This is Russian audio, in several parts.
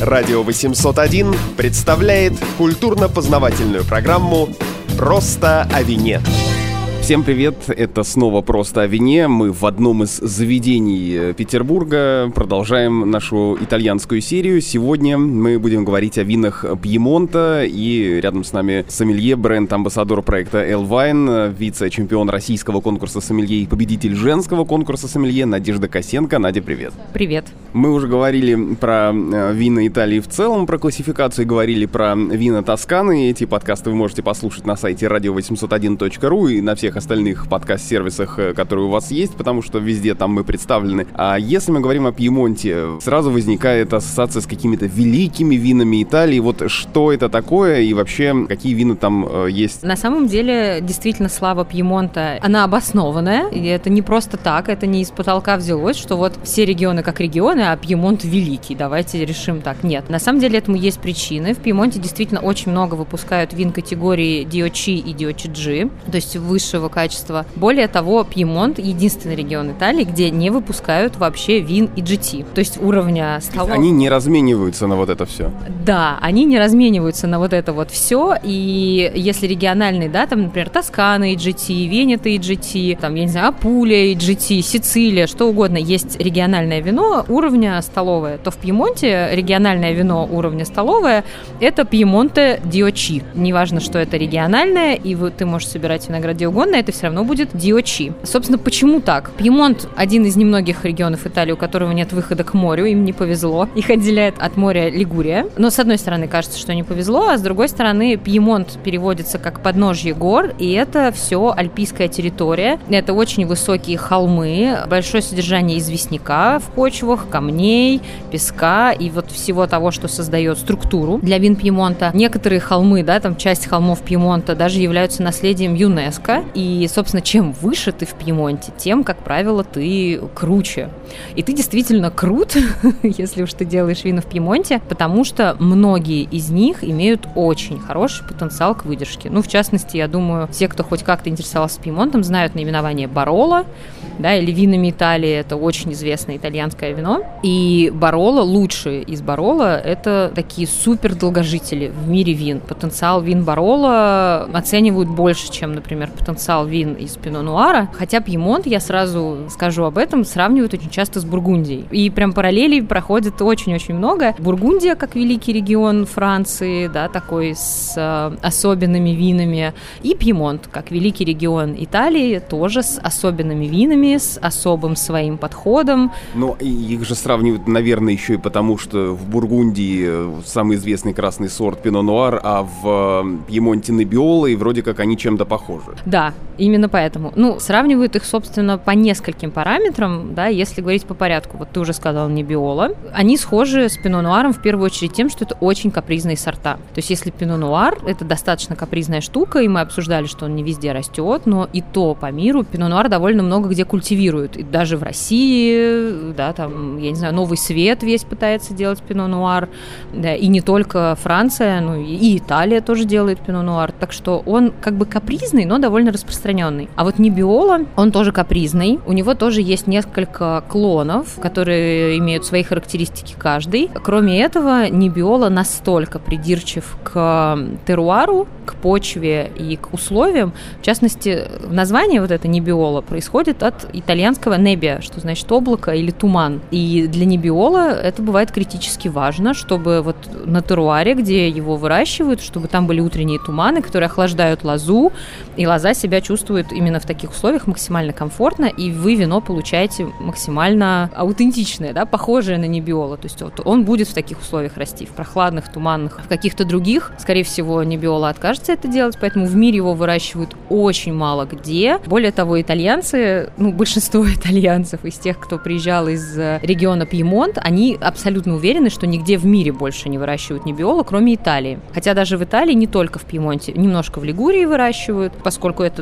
Радио 801 представляет культурно-познавательную программу «Просто о вине». Всем привет, это снова «Просто о вине». Мы в одном из заведений Петербурга продолжаем нашу итальянскую серию. Сегодня мы будем говорить о винах Пьемонта, и рядом с нами сомелье, бренд-амбассадор проекта Эл Вайн, вице-чемпион российского конкурса сомелье и победитель женского конкурса сомелье Надежда Косенко. Надя, привет. Привет. Мы уже говорили про вина Италии в целом, про классификацию, говорили про вина Тосканы. Эти подкасты вы можете послушать на сайте radio801.ru и на всех остальных подкаст-сервисах, которые у вас есть, потому что везде там мы представлены. А если мы говорим о Пьемонте, сразу возникает ассоциация с какими-то великими винами Италии. Вот что это такое и вообще какие вина там есть? На самом деле, действительно, слава Пьемонта, она обоснованная, и это не просто так, это не из потолка взялось, что вот все регионы как регионы, а Пьемонт великий, давайте решим так. Нет, на самом деле этому есть причины. В Пьемонте действительно очень много выпускают вин категории DOC и DOCG, то есть высшего качества. Более того, Пьемонт — единственный регион Италии, где не выпускают вообще вин и GT, то есть уровня столов. Они не размениваются на вот это все? Да, они не размениваются на вот это вот все, и если региональные, да, там, например, Тоскана и GT, Венето и GT, там, я не знаю, Апулия и GT, Сицилия, что угодно, есть региональное вино уровня столовое, то в Пьемонте региональное вино уровня столовое — это Пьемонте DOC. Неважно, что это региональное, и ты можешь собирать виноград где угодно, это все равно будет DOC. Собственно, почему так? Пьемонт — один из немногих регионов Италии, у которого нет выхода к морю, им не повезло. Их отделяет от моря Лигурия. Но с одной стороны кажется, что не повезло, а с другой стороны Пьемонт переводится как подножье гор, и это все альпийская территория. Это очень высокие холмы, большое содержание известняка в почвах, камней, песка и вот всего того, что создает структуру для вин Пьемонта. Некоторые холмы, да, там часть холмов Пьемонта даже являются наследием ЮНЕСКО. И, собственно, чем выше ты в Пьемонте, тем, как правило, ты круче. И ты действительно крут, если уж ты делаешь вина в Пьемонте, потому что многие из них имеют очень хороший потенциал к выдержке. Ну, в частности, я думаю, все, кто хоть как-то интересовался Пьемонтом, знают наименование Бароло, да, или винами Италии. Это очень известное итальянское вино. И Бароло, лучшие из Бароло, это такие супер долгожители в мире вин. Потенциал вин Бароло оценивают больше, чем, например, потенциал вин из Пино Нуара. Хотя Пьемонт, я сразу скажу об этом, сравнивают очень часто с Бургундией. И прям параллелей проходит очень-очень много. Бургундия, как великий регион Франции, да, такой с особенными винами. И Пьемонт, как великий регион Италии, тоже с особенными винами, с особым своим подходом. Но их же сравнивают, наверное, еще и потому, что в Бургундии самый известный красный сорт Пино Нуар, а в Пьемонте Неббиоло, и вроде как они чем-то похожи. Да, именно поэтому. Ну, сравнивают их, собственно, по нескольким параметрам, да, если говорить по порядку. Вот ты уже сказал Неббиоло. Они схожи с Пино Нуаром в первую очередь тем, что это очень капризные сорта. То есть если Пино Нуар — это достаточно капризная штука, и мы обсуждали, что он не везде растет, но и то по миру Пино Нуар довольно много где культивируют. И даже в России, да, там, я не знаю, Новый Свет весь пытается делать Пино Нуар, да, и не только Франция, ну и Италия тоже делает Пино Нуар. Так что он как бы капризный, но довольно распространенный. А вот Неббиоло, он тоже капризный. У него тоже есть несколько клонов, которые имеют свои характеристики каждый. Кроме этого, Неббиоло настолько придирчив к теруару, к почве и к условиям. В частности, название вот это Неббиоло происходит от итальянского неббия, что значит облако или туман. И для Неббиоло это бывает критически важно, чтобы вот на теруаре, где его выращивают, чтобы там были утренние туманы, которые охлаждают лозу, и лоза себя чувствует именно в таких условиях максимально комфортно, и вы вино получаете максимально аутентичное, да, похожее на Неббиоло. То есть вот он будет в таких условиях расти, в прохладных, туманных. В каких-то других, скорее всего, Неббиоло откажется это делать, поэтому в мире его выращивают очень мало где. Более того, итальянцы, большинство итальянцев из тех, кто приезжал из региона Пьемонт, они абсолютно уверены, что нигде в мире больше не выращивают Неббиоло, кроме Италии. Хотя даже в Италии, не только в Пьемонте, немножко в Лигурии выращивают, поскольку это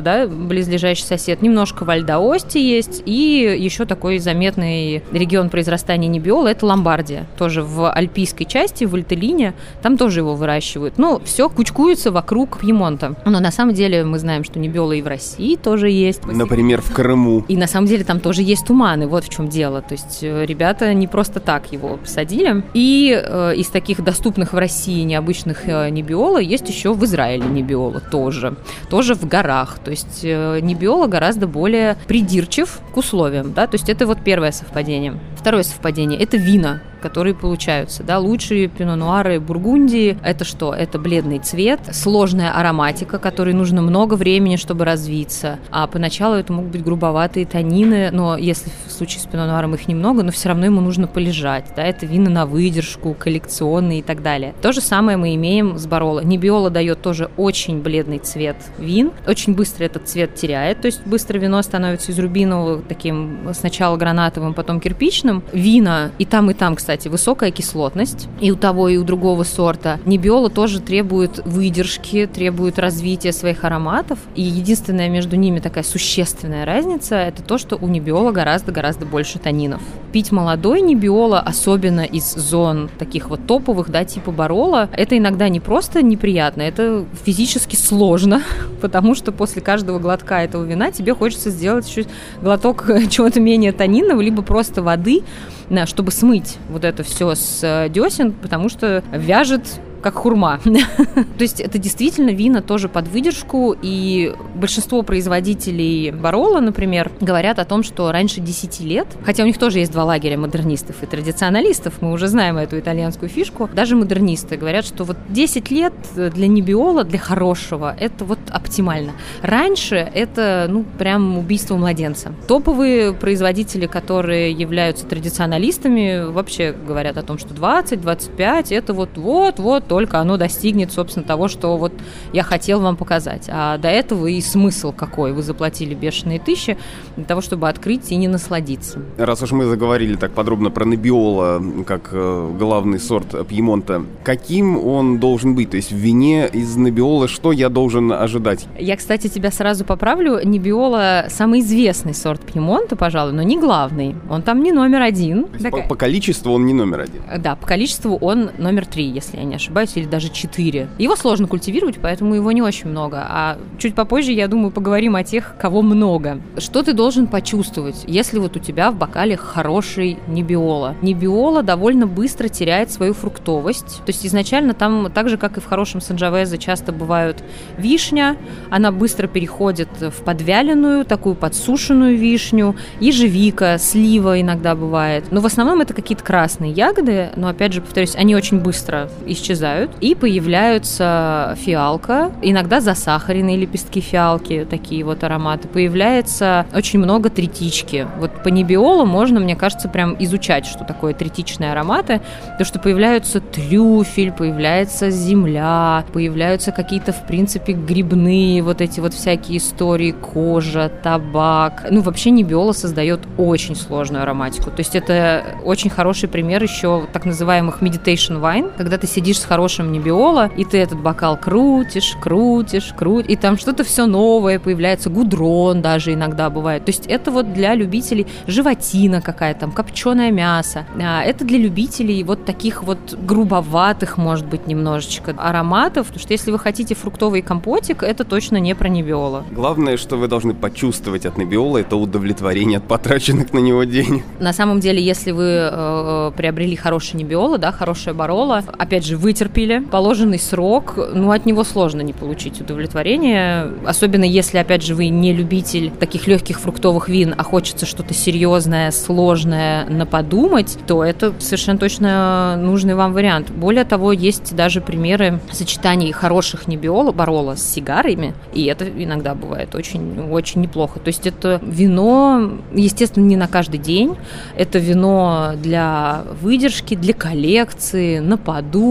да, близлежащий сосед. Немножко Вальдаости есть, и еще такой заметный регион произрастания Неббиола – это Ломбардия. Тоже в альпийской части, в Вальтеллине, там тоже его выращивают. Но все кучкуется вокруг Пьемонта. Но на самом деле мы знаем, что Неббиола и в России тоже есть. Например, в Крыму. И на самом деле там тоже есть туманы, вот в чем дело. То есть ребята не просто так его посадили. И из таких доступных в России необычных Неббиола есть еще в Израиле Неббиола тоже в горах. То есть Неббиола гораздо более придирчив к условиям, да, то есть это вот первое совпадение. Второе совпадение – это вина, которые получаются, да, лучшие пино-нуары Бургундии. Это что? Это бледный цвет, сложная ароматика, которой нужно много времени, чтобы развиться, а поначалу это могут быть грубоватые танины, но если в случае с пино-нуаром их немного, но все равно ему нужно полежать, да, это вина на выдержку, коллекционные и так далее. То же самое мы имеем с Бароло. Неббиола дает тоже очень бледный цвет вин, очень быстро этот цвет теряет, то есть быстро вино становится из рубинового таким сначала гранатовым, потом кирпичным. Вина и там, кстати, высокая кислотность и у того, и у другого сорта. Неббиола тоже требует выдержки, требует развития своих ароматов. И единственная между ними такая существенная разница – это то, что у Неббиола гораздо больше танинов. Пить молодой Неббиола, особенно из зон таких вот топовых, да, типа Бароло, это иногда не просто неприятно, это физически сложно, потому что после каждого глотка этого вина тебе хочется сделать еще глоток чего-то менее танинного, либо просто воды, чтобы смыть вот это все с десен, потому что вяжет как хурма. То есть это действительно вина тоже под выдержку, и большинство производителей Бароло, например, говорят о том, что раньше 10 лет, хотя у них тоже есть два лагеря модернистов и традиционалистов, мы уже знаем эту итальянскую фишку, даже модернисты говорят, что вот 10 лет для Неббиола, для хорошего, это вот оптимально. Раньше это, прям убийство младенца. Топовые производители, которые являются традиционалистами, вообще говорят о том, что 20-25 это вот только оно достигнет, собственно, того, что вот я хотел вам показать. А до этого и смысл какой? Вы заплатили бешеные тысячи для того, чтобы открыть и не насладиться. Раз уж мы заговорили так подробно про Неббиола как главный сорт Пьемонта, каким он должен быть? То есть в вине из Неббиола что я должен ожидать? Я, кстати, тебя сразу поправлю. Неббиола самый известный сорт Пьемонта, пожалуй, но не главный. Он там не номер один. По количеству он не номер один? Да, по количеству он номер 3, если я не ошибаюсь, или даже 4. Его сложно культивировать, поэтому его не очень много. А чуть попозже, я думаю, поговорим о тех, кого много. Что ты должен почувствовать, если вот у тебя в бокале хороший Неббиола? Неббиола довольно быстро теряет свою фруктовость. То есть изначально там, так же, как и в хорошем Санджавезе, часто бывают вишня. Она быстро переходит в подвяленную, такую подсушенную вишню. Ежевика, слива иногда бывает. Но в основном это какие-то красные ягоды. Но, опять же, повторюсь, они очень быстро исчезают. И появляются фиалка, иногда засахаренные лепестки фиалки, такие вот ароматы. Появляется очень много третички. Вот по Неббиолу можно, мне кажется, прям изучать, что такое третичные ароматы, потому что появляются трюфель, появляется земля, появляются какие-то, в принципе, грибные вот эти вот всякие истории, кожа, табак. Вообще Неббиола создает очень сложную ароматику. То есть это очень хороший пример еще так называемых meditation wine, когда ты сидишь с хорошим Неббиола, и ты этот бокал крутишь, и там что-то все новое появляется, гудрон даже иногда бывает. То есть это вот для любителей животина какая-то, там, копченое мясо. Это для любителей вот таких вот грубоватых, может быть, немножечко ароматов, потому что если вы хотите фруктовый компотик, это точно не про Неббиола. Главное, что вы должны почувствовать от Неббиола, это удовлетворение от потраченных на него денег. На самом деле, если вы приобрели хороший Неббиола, да, хорошее Бароло, опять же, вытерпели положенный срок, от него сложно не получить удовлетворение, особенно если, опять же, вы не любитель таких легких фруктовых вин, а хочется что-то серьезное, сложное наподумать, то это совершенно точно нужный вам вариант. Более того, есть даже примеры сочетаний хороших Неббиола, Бароло с сигарами, и это иногда бывает очень, очень неплохо. То есть это вино, естественно, не на каждый день, это вино для выдержки, для коллекции, на подумать,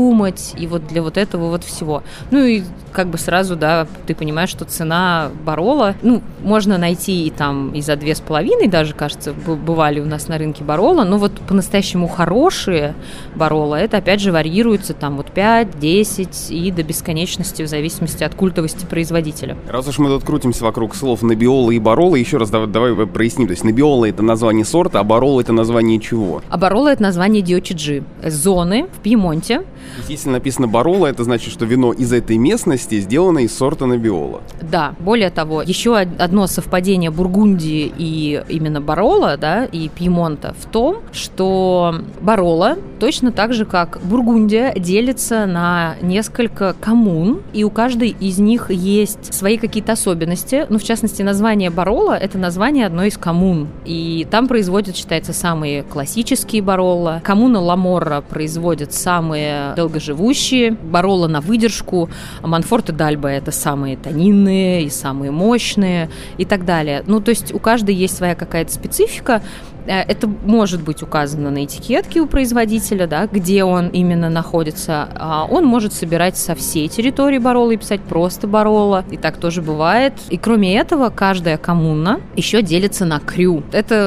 купить, и вот для вот этого вот всего. Ну и как бы сразу, да, ты понимаешь, что цена Бароло, ну, можно найти и там и за 2,5 даже, кажется, бывали у нас на рынке Бароло, но вот по-настоящему хорошие Бароло, это опять же варьируется там вот 5, 10 и до бесконечности в зависимости от культовости производителя. Раз уж мы тут крутимся вокруг слов Неббиоло и Бароло, еще раз давай проясним. То есть Неббиоло — это название сорта, а Бароло — это название чего? А Бароло — это название DOCG, зоны в Пьемонте. Если написано Бароло, это значит, что вино из этой местности сделано из сорта Неббиоло. Да, более того, еще одно совпадение Бургундии и именно Бароло, да, и Пьемонта в том, что Бароло точно так же, как Бургундия, делится на несколько коммун, и у каждой из них есть свои какие-то особенности. Ну, в частности, название Бароло — это название одной из коммун, и там производят, считается, самые классические Бароло. Коммуна Ла-Морра производит самые долгоживущие, Бароло на выдержку, Монфорте-д'Альба — это самые тонинные и самые мощные и так далее. Ну, то есть у каждой есть своя какая-то специфика. Это может быть указано на этикетке у производителя, да, где он именно находится. Он может собирать со всей территории Бароло и писать просто Бароло, и так тоже бывает. И кроме этого, каждая коммуна еще делится на крю.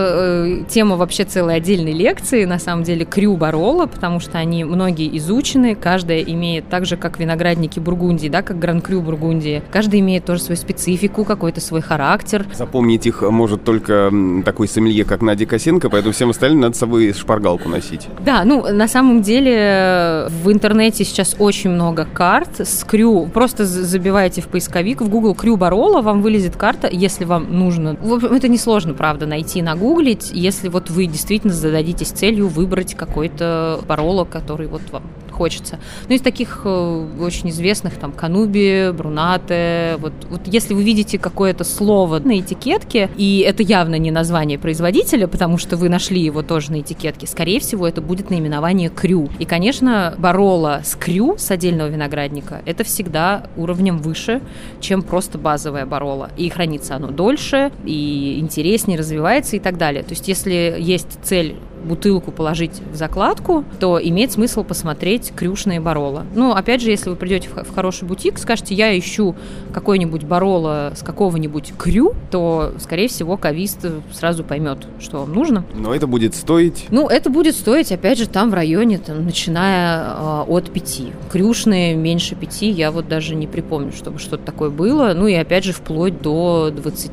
Это тема вообще целой отдельной лекции, на самом деле, крю Бароло, потому что они многие изучены, каждая имеет, так же, как виноградники Бургундии, да, как Гран-крю Бургундии, каждая имеет тоже свою специфику, какой-то свой характер. Запомнить их может только такой сомелье, как Надя Косенко, поэтому всем остальным надо с собой шпаргалку носить. Да, ну, на самом деле в интернете сейчас очень много карт с крю. Просто забиваете в поисковик, в Google крю Бароло, вам вылезет карта, если вам нужно. В общем, это несложно, правда, найти, нагуглить, если вот вы действительно зададитесь целью выбрать какой-то Бароло, который вот вам хочется. Ну, из таких очень известных, там, Кануби, Брунате, вот если вы видите какое-то слово на этикетке, и это явно не название производителя, потому что вы нашли его тоже на этикетке, скорее всего, это будет наименование крю. И, конечно, Бароло с крю, с отдельного виноградника, это всегда уровнем выше, чем просто базовое Бароло. И хранится оно дольше, и интереснее развивается, и так далее. То есть, если есть цель бутылку положить в закладку, то имеет смысл посмотреть крюшные Бароло. Ну, опять же, если вы придете в хороший бутик, скажете, я ищу какой-нибудь Бароло с какого-нибудь крю, то, скорее всего, кавист сразу поймет, что вам нужно. Но это будет стоить? Ну, это будет стоить, опять же, там в районе, там, начиная от 5. Крюшные меньше 5, я вот даже не припомню, чтобы что-то такое было. Ну, и опять же, вплоть до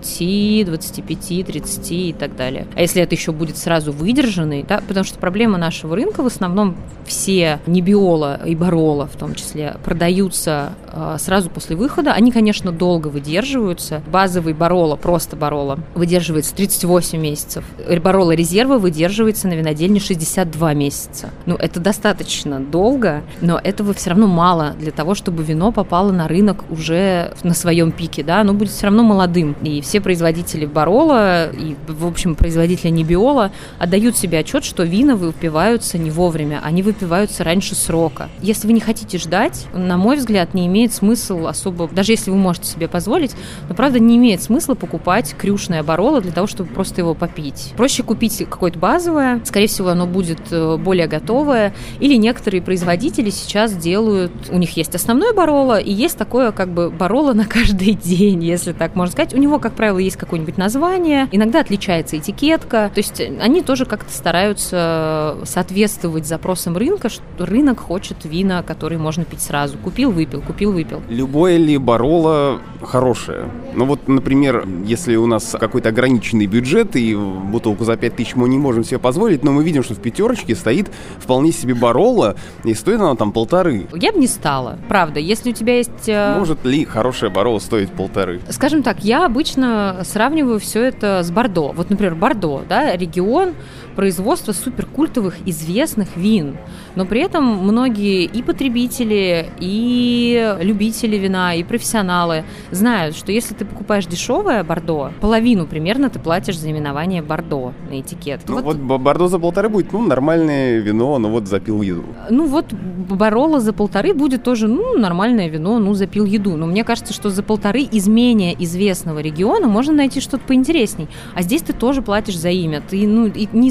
20, 25, 30 и так далее. А если это еще будет сразу выдержанный, да, потому что проблема нашего рынка, в основном все Неббиоло и Бароло в том числе продаются сразу после выхода. Они, конечно, долго выдерживаются. Базовый Бароло, просто Бароло, выдерживается 38 месяцев. Бароло резерва выдерживается на винодельне 62 месяца. Ну, это достаточно долго, но этого все равно мало для того, чтобы вино попало на рынок уже на своем пике, да, оно будет все равно молодым. И все производители Бароло и, в общем, производители Неббиоло отдают себе отчет, что вина выпиваются не вовремя, они выпиваются раньше срока. Если вы не хотите ждать, на мой взгляд, не имеет смысла особо, даже если вы можете себе позволить, но, правда, не имеет смысла покупать крюшное Бароло для того, чтобы просто его попить. Проще купить какое-то базовое, скорее всего, оно будет более готовое, или некоторые производители сейчас делают, у них есть основное Бароло, и есть такое, как бы, Бароло на каждый день, если так можно сказать. У него, как правило, есть какое-нибудь название, иногда отличается этикетка, то есть они тоже как-то стараются соответствовать запросам рынка, что рынок хочет вина, которые можно пить сразу. Купил, выпил, купил, выпил. Любое ли Бароло хорошее? Ну вот, например, если у нас какой-то ограниченный бюджет, и бутылку за 5000 мы не можем себе позволить, но мы видим, что в пятерочке стоит вполне себе Бароло, и стоит она там 1,5. Я бы не стала, правда. Если у тебя есть... Может ли хорошее Бароло стоить 1,5? Скажем так, я обычно сравниваю все это с Бордо. Вот, например, Бордо, да, регион производства суперкультовых известных вин. Но при этом многие и потребители, и любители вина, и профессионалы знают, что если ты покупаешь дешевое Бордо, половину примерно ты платишь за именование Бордо на этикетке. Ну вот Бордо за 1,5 будет, нормальное вино, но вот запил еду. Ну вот Бароло за 1,5 будет тоже, нормальное вино, запил еду. Но мне кажется, что за 1,5 из менее известного региона можно найти что-то поинтересней. А здесь ты тоже платишь за имя. Ты, и неизбежно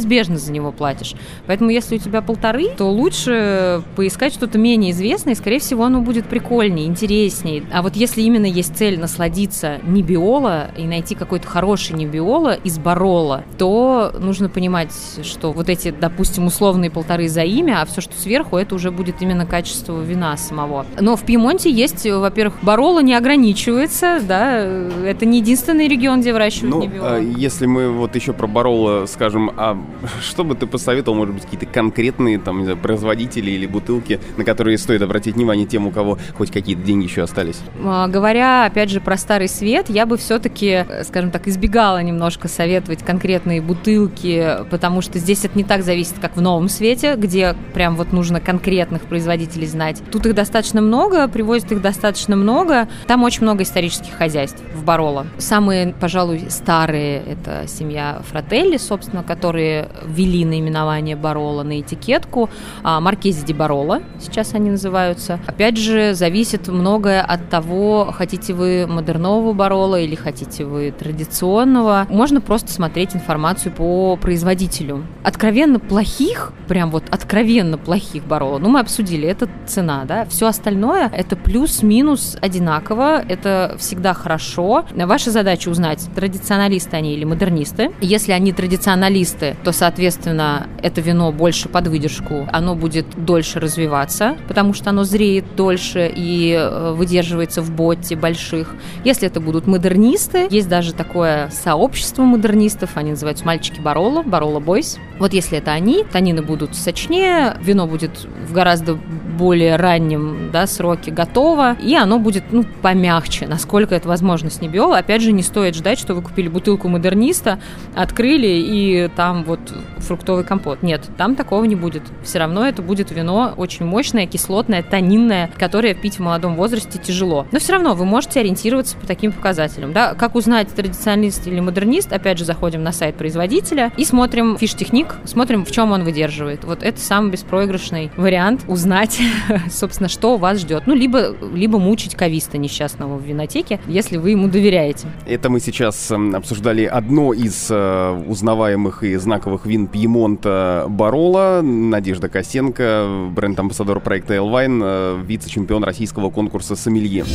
за него платишь. Поэтому если у тебя 1,5, то лучше поискать что-то менее известное, и, скорее всего, оно будет прикольнее, интереснее. А вот если именно есть цель насладиться Неббиоло и найти какой-то хороший Неббиоло из Бароло, то нужно понимать, что вот эти, допустим, условные 1,5 за имя, а все, что сверху, это уже будет именно качество вина самого. Но в Пьемонте есть, во-первых, Бароло не ограничивается, да, это не единственный регион, где выращивают Неббиоло. Если мы вот еще про Бароло скажем, а что бы ты посоветовал, может быть, какие-то конкретные там, не знаю, производители или бутылки, на которые стоит обратить внимание тем, у кого хоть какие-то деньги еще остались? Говоря, опять же, про Старый Свет, я бы все-таки, скажем так, избегала немножко советовать конкретные бутылки, потому что здесь это не так зависит, как в Новом Свете, где прям вот нужно конкретных производителей знать. Тут их достаточно много, привозят их достаточно много. Там очень много исторических хозяйств в Бароло. Самые, пожалуй, старые — это семья Фрателли, собственно, которые ввели наименование Бароло на этикетку. Маркези ди Бароло сейчас они называются. Опять же, зависит многое от того, хотите вы модернового Бароло или хотите вы традиционного. Можно просто смотреть информацию по производителю. Откровенно плохих, прям вот откровенно плохих Бароло, мы обсудили, это цена, да. Все остальное — это плюс-минус одинаково, это всегда хорошо. Ваша задача узнать, традиционалисты они или модернисты. Если они традиционалисты, то, соответственно, это вино больше под выдержку, оно будет дольше развиваться, потому что оно зреет дольше и выдерживается в ботте больших. Если это будут модернисты, есть даже такое сообщество модернистов, они называются мальчики Бароло, Бароло Бойс. Вот если это они, танины будут сочнее, вино будет в гораздо более раннем, да, сроке готово, и оно будет, помягче, насколько это возможно с Неббиоло. Опять же, не стоит ждать, что вы купили бутылку модерниста, открыли, и там вот фруктовый компот. Нет, там такого не будет. Все равно это будет вино очень мощное, кислотное, тонинное, которое пить в молодом возрасте тяжело. Но все равно вы можете ориентироваться по таким показателям. Да? Как узнать, традиционалист или модернист? Опять же, заходим на сайт производителя и смотрим фиш-техник, смотрим, в чем он выдерживает. Вот это самый беспроигрышный вариант узнать, собственно, что вас ждет. Либо мучить кависта несчастного в винотеке, если вы ему доверяете. Это мы сейчас обсуждали одно из узнаваемых и знаковых вин Пьемонта Бароло. Надежда Косенко, бренд-амбассадор проекта Элвайн, вице-чемпион российского конкурса «Сомелье».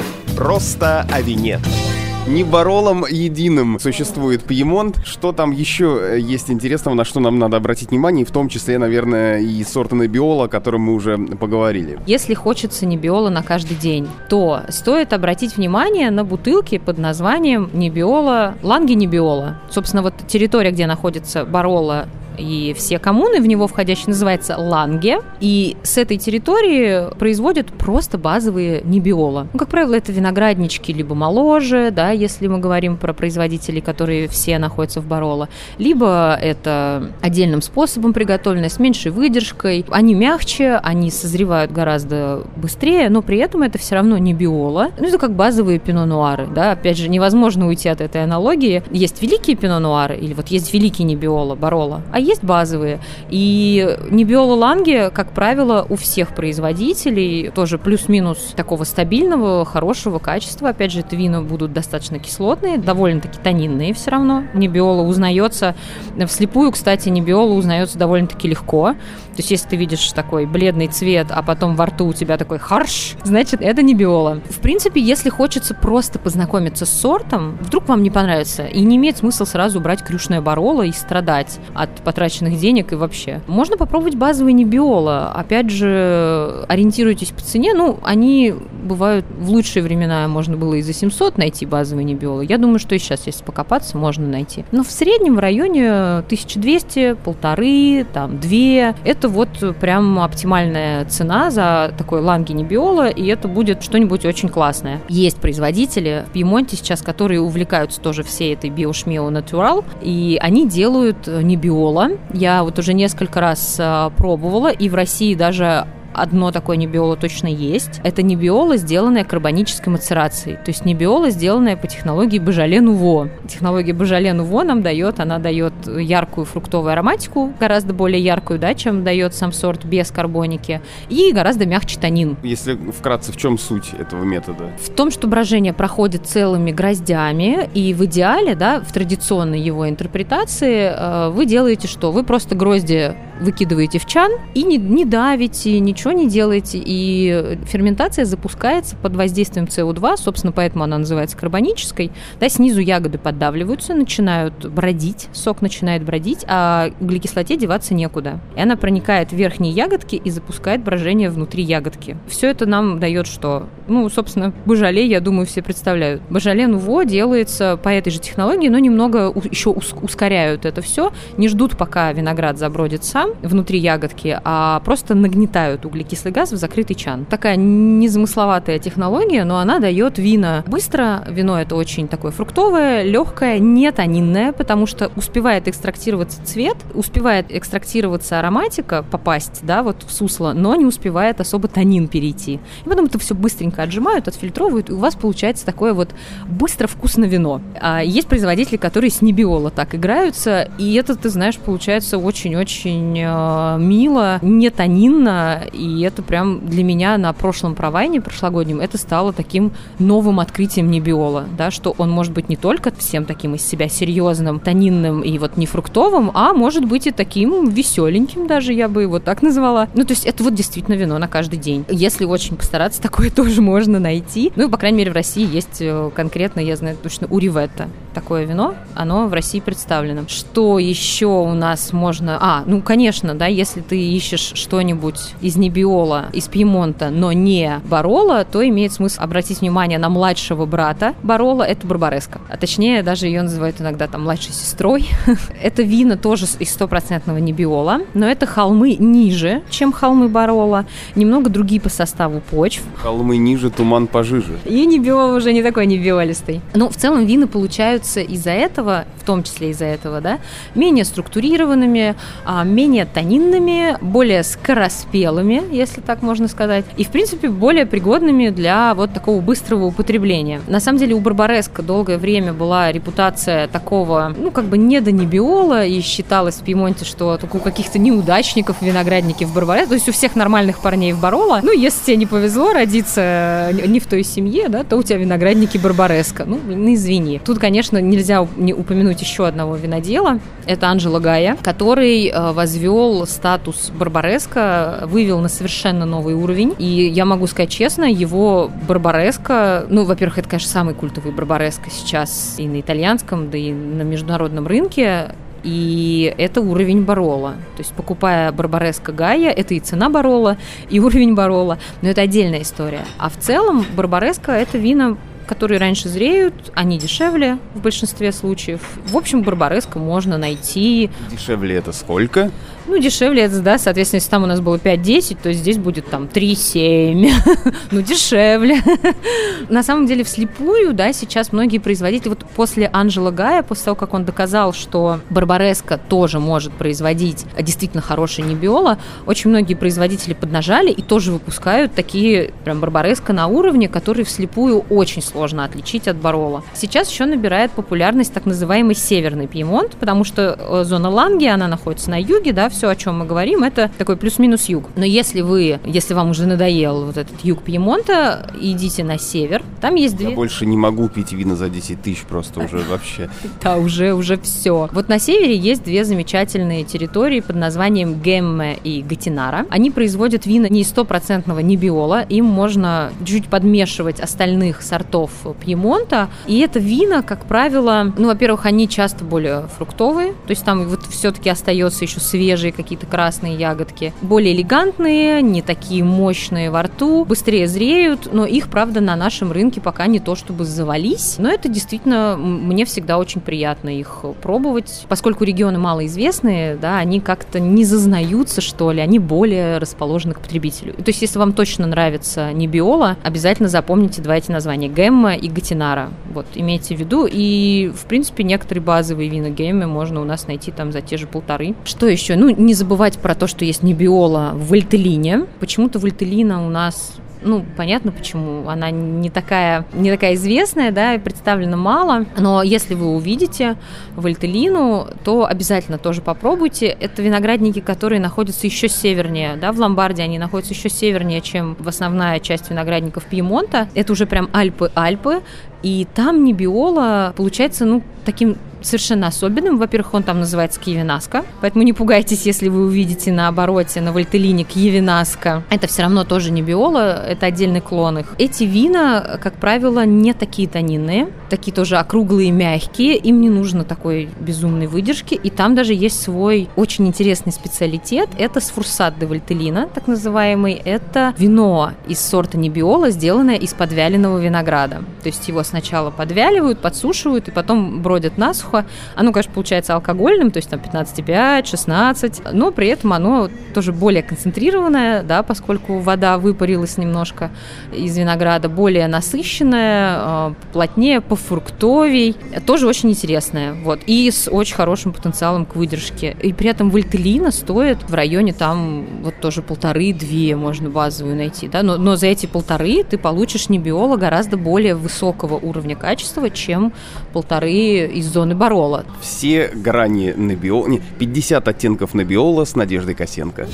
Просто о вине. Не Баролом единым существует Пьемонт. Что там еще есть интересного, на что нам надо обратить внимание, в том числе, наверное, и сорта Неббиоло, о котором мы уже поговорили. Если хочется Неббиоло на каждый день, то стоит обратить внимание на бутылки под названием Неббиоло, Ланге Неббиоло. Собственно, вот территория, где находится Бароло и все коммуны в него входящие, называется Ланге. И с этой территории производят просто базовые Неббиоло. Как правило, это винограднички либо моложе, да, если мы говорим про производителей, которые все находятся в Бароло, либо это отдельным способом приготовленное, с меньшей выдержкой. Они мягче, они созревают гораздо быстрее, но при этом это все равно Неббиоло. Это как базовые пино-нуары, да. Опять же, невозможно уйти от этой аналогии. Есть великие пино-нуары, или вот есть великий Неббиоло, Бароло, а есть базовые. И Неббиоло Ланге, как правило, у всех производителей тоже плюс-минус такого стабильного, хорошего качества. Опять же, это вина будут достаточно кислотные, довольно-таки тонинные все равно. Неббиоло узнается вслепую, кстати, Неббиоло узнается довольно-таки легко. То есть, если ты видишь такой бледный цвет, а потом во рту у тебя такой харш, значит, это Неббиоло. В принципе, если хочется просто познакомиться с сортом, вдруг вам не понравится, и не имеет смысла сразу брать крюшное Бароло и страдать от потраченных денег и вообще. Можно попробовать базовые Неббиоло. Опять же, ориентируйтесь по цене. Они бывают в лучшие времена, можно было и за 700 найти базовые Неббиоло. Я думаю, что и сейчас, если покопаться, можно найти. Но в среднем в районе 1200, 1500, 2. Это вот прям оптимальная цена за такой Ланге Неббиоло, и это будет что-нибудь очень классное. Есть производители в Пьемонте сейчас, которые увлекаются тоже всей этой биошмео натурал, и они делают Неббиоло. Я вот уже несколько раз пробовала, и в России даже одно такое небиоло точно есть. Это небиоло, сделанное карбонической мацерацией. То есть небиоло, сделанное по технологии Beaujolais-Nouveau. Технология Beaujolais-Nouveau нам дает яркую фруктовую ароматику, гораздо более яркую, да, чем дает сам сорт без карбоники, и гораздо мягче танин. Если вкратце, в чем суть этого метода? В том, что брожение проходит целыми гроздями, и в идеале, да, в традиционной его интерпретации вы делаете что? Вы просто грозди выкидываете в чан и не давите, ничего не делаете, и ферментация запускается под воздействием СО2, собственно, поэтому она называется карбонической. Да, снизу ягоды поддавливаются, начинают бродить, сок начинает бродить, а углекислоте деваться некуда. И она проникает в верхние ягодки и запускает брожение внутри ягодки. Все это нам дает что? Ну, собственно, Beaujolais, я думаю, все представляют. Beaujolais-Nouveau делается по этой же технологии, но немного еще ускоряют это все, не ждут, пока виноград забродит сам внутри ягодки, а просто нагнетают углекислый газ в закрытый чан. Такая незамысловатая технология, но она дает вина быстро. Вино это очень такое фруктовое, легкое, не танинное, потому что успевает экстрактироваться цвет, успевает экстрактироваться ароматика, попасть, да, вот в сусло, но не успевает особо танин перейти. И потом это все быстренько отжимают, отфильтровывают, и у вас получается такое вот быстро вкусное вино. А есть производители, которые с небиоло так играются, и это, ты знаешь, получается очень-очень мило, не танинно, и это прям для меня на прошлом провайне, прошлогоднем, это стало таким новым открытием небиола, да, что он может быть не только всем таким из себя серьезным, танинным и вот не фруктовым, а может быть и таким веселеньким даже, я бы его так назвала. Ну, то есть это вот действительно вино на каждый день. Если очень постараться, такое тоже можно найти. Ну, и, по крайней мере, в России есть конкретно, я знаю точно, Уриветта. Такое вино, оно в России представлено. Что еще у нас можно... ну, конечно, да, если ты ищешь что-нибудь из небиола, из Пьемонта, но не Бароло, то имеет смысл обратить внимание на младшего брата Бароло, это Барбареска. А точнее, даже ее называют иногда там младшей сестрой. Это вино тоже из 100% небиола, но это холмы ниже, чем холмы Бароло, немного другие по составу почв. Холмы ниже, туман пожиже. И небиол уже не такой небиолистый. Но в целом вина получаются из-за этого, в том числе из-за этого, да, менее структурированными, менее танинными, более скороспелыми, если так можно сказать, и, в принципе, более пригодными для вот такого быстрого употребления. На самом деле у Барбареска долгое время была репутация такого, ну, как бы не до небиола, и считалось в Пьемонте, что только у каких-то неудачников виноградники в Барбареско, то есть у всех нормальных парней в Бароло, ну, если тебе не повезло родиться не в той семье, да, то у тебя виноградники Барбареска. Ну, извини. Тут, конечно, нельзя не упомянуть еще одного винодела. Это Анджело Гайя, который возвел статус Барбареска, вывел на совершенно новый уровень. И я могу сказать честно, его Барбареска, ну, во-первых, это, конечно, самый культовый Барбареска сейчас и на итальянском, да и на международном рынке. И это уровень Бароло. То есть, покупая Барбареска Гайя, это и цена Бароло, и уровень Бароло. Но это отдельная история. А в целом Барбареска – это вина, которые раньше зреют, они дешевле в большинстве случаев. В общем, Барбареска можно найти. Дешевле это сколько? Ну, дешевле это, да, соответственно, если там у нас было 5-10, то здесь будет там 3-7. Ну, дешевле. На самом деле, вслепую, да, сейчас многие производители, вот после Анджело Гайя, после того, как он доказал, что Барбареска тоже может производить действительно хорошее небиоло, очень многие производители поднажали и тоже выпускают такие прям Барбареска на уровне, которые вслепую очень сложно отличить от Бароло. Сейчас еще набирает популярность так называемый северный Пьемонт, потому что зона Ланги, она находится на юге, да, все, о чем мы говорим, это такой плюс-минус юг. Но если вам уже надоел вот этот юг Пьемонта, идите на север. Там есть Я больше не могу пить вина за 10 тысяч просто уже вообще. Да, уже все. Вот на севере есть две замечательные территории под названием Гемме и Гатинара. Они производят вина не из 100% небиола, им можно чуть подмешивать остальных сортов Пьемонта. И это вина, как правило, ну, во-первых, они часто более фруктовые, то есть там вот все-таки остается еще свежие какие-то красные ягодки. Более элегантные, не такие мощные во рту, быстрее зреют, но их, правда, на нашем рынке рынки пока не то чтобы завались, но это действительно, мне всегда очень приятно их пробовать, поскольку регионы малоизвестные, да, они как-то не зазнаются, что ли, они более расположены к потребителю. То есть, если вам точно нравится Неббиола, обязательно запомните два эти названия: Гемма и Гатинара. Вот, имейте в виду. И, в принципе, некоторые базовые вина Геммы можно у нас найти там за те же 1,5. Что еще? Ну, не забывать про то, что есть Неббиола в Вальтеллине. Почему-то Вальтеллина у нас... Ну, понятно, почему. Она не такая известная, да, и представлена мало. Но если вы увидите Вальтеллину, то обязательно тоже попробуйте. Это виноградники, которые находятся еще севернее, да, в Ломбардии они находятся еще севернее, чем основная часть виноградников Пьемонта. Это уже прям Альпы. И там Неббиола получается, ну, таким совершенно особенным. Во-первых, он там называется Кьявинаско, поэтому не пугайтесь, если вы увидите на обороте на Вальтеллине Кьявинаско. Это все равно тоже Неббиола, это отдельный клон их. Эти вина, как правило, не такие тонинные, такие тоже округлые, мягкие, им не нужно такой безумной выдержки, и там даже есть свой очень интересный специалитет, это Сфурсат де Вальтеллина, так называемый, это вино из сорта Неббиола, сделанное из подвяленного винограда. То есть его сначала подвяливают, подсушивают, и потом бродят насухо. Оно, конечно, получается алкогольным, то есть там 15,5, 16, но при этом оно тоже более концентрированное, да, поскольку вода выпарилась немножко из винограда, более насыщенное, плотнее, пофруктовей, тоже очень интересное, вот, и с очень хорошим потенциалом к выдержке. И при этом Вальтеллина стоит в районе там вот тоже 1,5-2 можно базовую найти, да, но за эти 1,5 ты получишь Неббиола гораздо более высокого уровня качества, чем 1,5 из зоны Бароло. Все грани Неббиола, 50 оттенков Неббиола с Надеждой Косенко.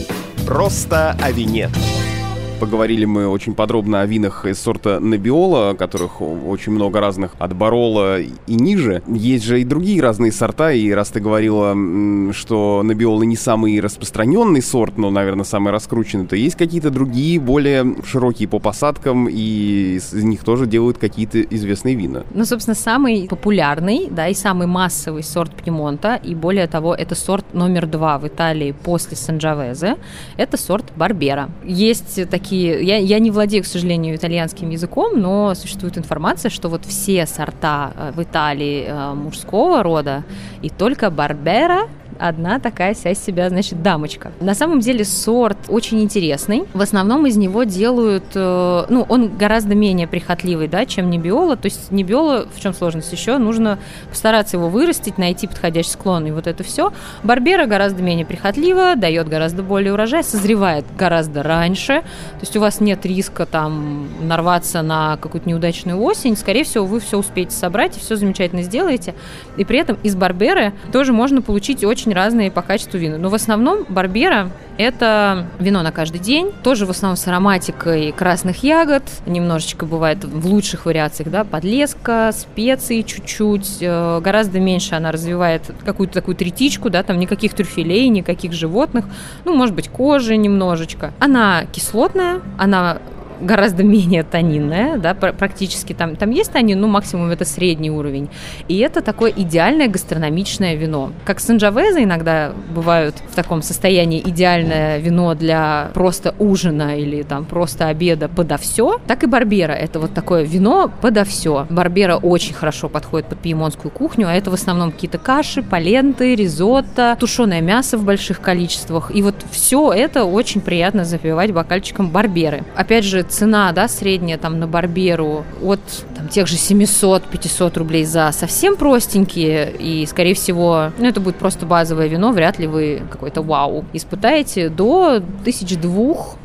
Просто о вине. Поговорили мы очень подробно о винах из сорта Неббиола, которых очень много разных, от Бароло и ниже. Есть же и другие разные сорта, и раз ты говорила, что Неббиола не самый распространенный сорт, но, наверное, самый раскрученный, то есть какие-то другие, более широкие по посадкам, и из них тоже делают какие-то известные вина. Ну, собственно, самый популярный, да, и самый массовый сорт Пьемонта, и более того, это сорт номер 2 в Италии после Санджавезе, это сорт Барбера. Есть такие... Я не владею, к сожалению, итальянским языком, но существует информация, что вот все сорта в Италии мужского рода, и только Барбера одна такая вся из себя, значит, дамочка. На самом деле сорт очень интересный. В основном из него делают... ну, он гораздо менее прихотливый, да, чем Неббиола. То есть Неббиола, в чем сложность еще? Нужно постараться его вырастить, найти подходящий склон, и вот это все. Барбера гораздо менее прихотлива, дает гораздо более урожай, созревает гораздо раньше. То есть у вас нет риска там нарваться на какую-то неудачную осень. Скорее всего, вы все успеете собрать и все замечательно сделаете. И при этом из Барберы тоже можно получить очень разные по качеству вина. Но в основном Барбера – это вино на каждый день, тоже в основном с ароматикой красных ягод, немножечко бывает в лучших вариациях, да, подлеска, специи чуть-чуть, гораздо меньше она развивает какую-то такую третичку, да, там никаких трюфелей, никаких животных, ну, может быть, кожи немножечко. Она кислотная, она гораздо менее тонинная, да, практически там есть тонин, но максимум это средний уровень. И это такое идеальное гастрономичное вино. Как Санджавезе иногда бывают в таком состоянии идеальное вино для просто ужина или там просто обеда подо все, так и Барбера. Это вот такое вино подо все. Барбера очень хорошо подходит под пьемонтскую кухню, а это в основном какие-то каши, поленты, ризотто, тушеное мясо в больших количествах. И вот все это очень приятно запивать бокальчиком Барберы. Опять же, цена, да, средняя там на Барберу от там, тех же 700-500 рублей за совсем простенькие, и, скорее всего, ну, это будет просто базовое вино, вряд ли вы какой-то вау испытаете, до 1200-3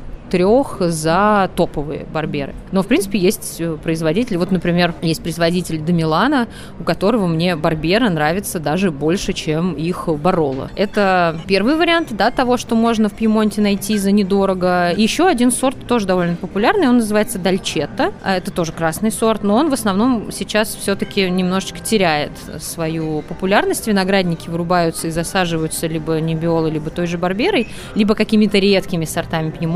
за топовые Барберы. Но, в принципе, есть производители. Вот, например, есть производитель до Милана, у которого мне Барбера нравится даже больше, чем их Бароло. Это первый вариант, да, того, что можно в Пьемонте найти за недорого. Еще один сорт тоже довольно популярный, он называется Дольчетто. Это тоже красный сорт, но он в основном сейчас все-таки немножечко теряет свою популярность. Виноградники вырубаются и засаживаются либо Неббиолой, либо той же Барберой, либо какими-то редкими сортами Пьемонта, которые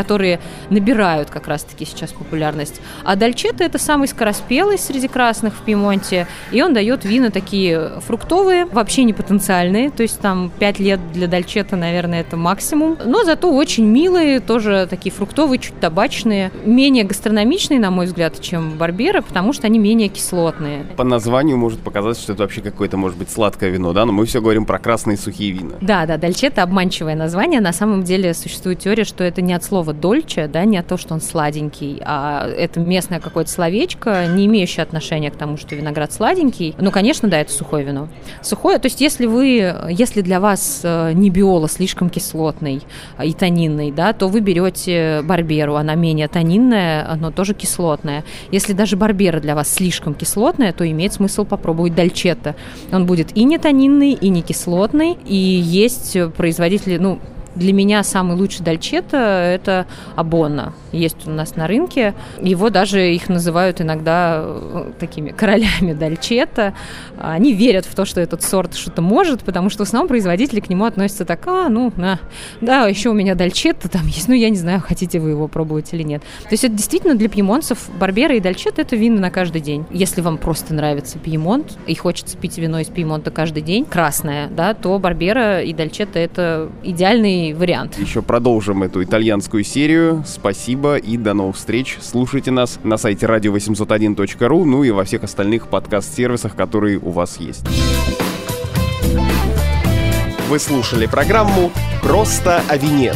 которые набирают как раз-таки сейчас популярность. А дольчетто – это самый скороспелый среди красных в Пьемонте, и он дает вина такие фруктовые, вообще не потенциальные, то есть там 5 лет для дольчетто, наверное, это максимум, но зато очень милые, тоже такие фруктовые, чуть табачные, менее гастрономичные, на мой взгляд, чем барбера, потому что они менее кислотные. По названию может показаться, что это вообще какое-то, может быть, сладкое вино, да, но мы все говорим про красные сухие вина. Да, дольчетто – обманчивое название, на самом деле существует теория, что это не от слова «дольче», да, не от того, что он сладенький, а это местное какое-то словечко, не имеющее отношения к тому, что виноград сладенький. Ну, конечно, да, это сухое вино. Сухое, то есть если для вас Неббиоло слишком кислотный и тонинный, да, то вы берете барберу, она менее тонинная, но тоже кислотная. Если даже барбера для вас слишком кислотная, то имеет смысл попробовать дольчетто. Он будет и не тонинный, и не кислотный, и есть производители, для меня самый лучший дольчетто – это Аббонно. Есть у нас на рынке. Его даже их называют иногда такими королями дольчетто. Они верят в то, что этот сорт что-то может, потому что в основном производители к нему относятся так: да, еще у меня дольчетто там есть, я не знаю, хотите вы его пробовать или нет. То есть это действительно для пьемонтцев барбера и дольчетто – это вина на каждый день. Если вам просто нравится Пьемонт и хочется пить вино из Пьемонта каждый день, красное, да, то барбера и дольчетто – это идеальный вариант. Еще продолжим эту итальянскую серию. Спасибо и до новых встреч. Слушайте нас на сайте radio801.ru, и во всех остальных подкаст-сервисах, которые у вас есть. Вы слушали программу «Просто о вине».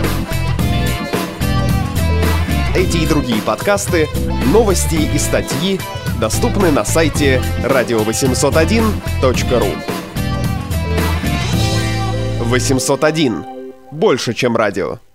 Эти и другие подкасты, новости и статьи доступны на сайте radio801.ru. 801. Больше, чем радио.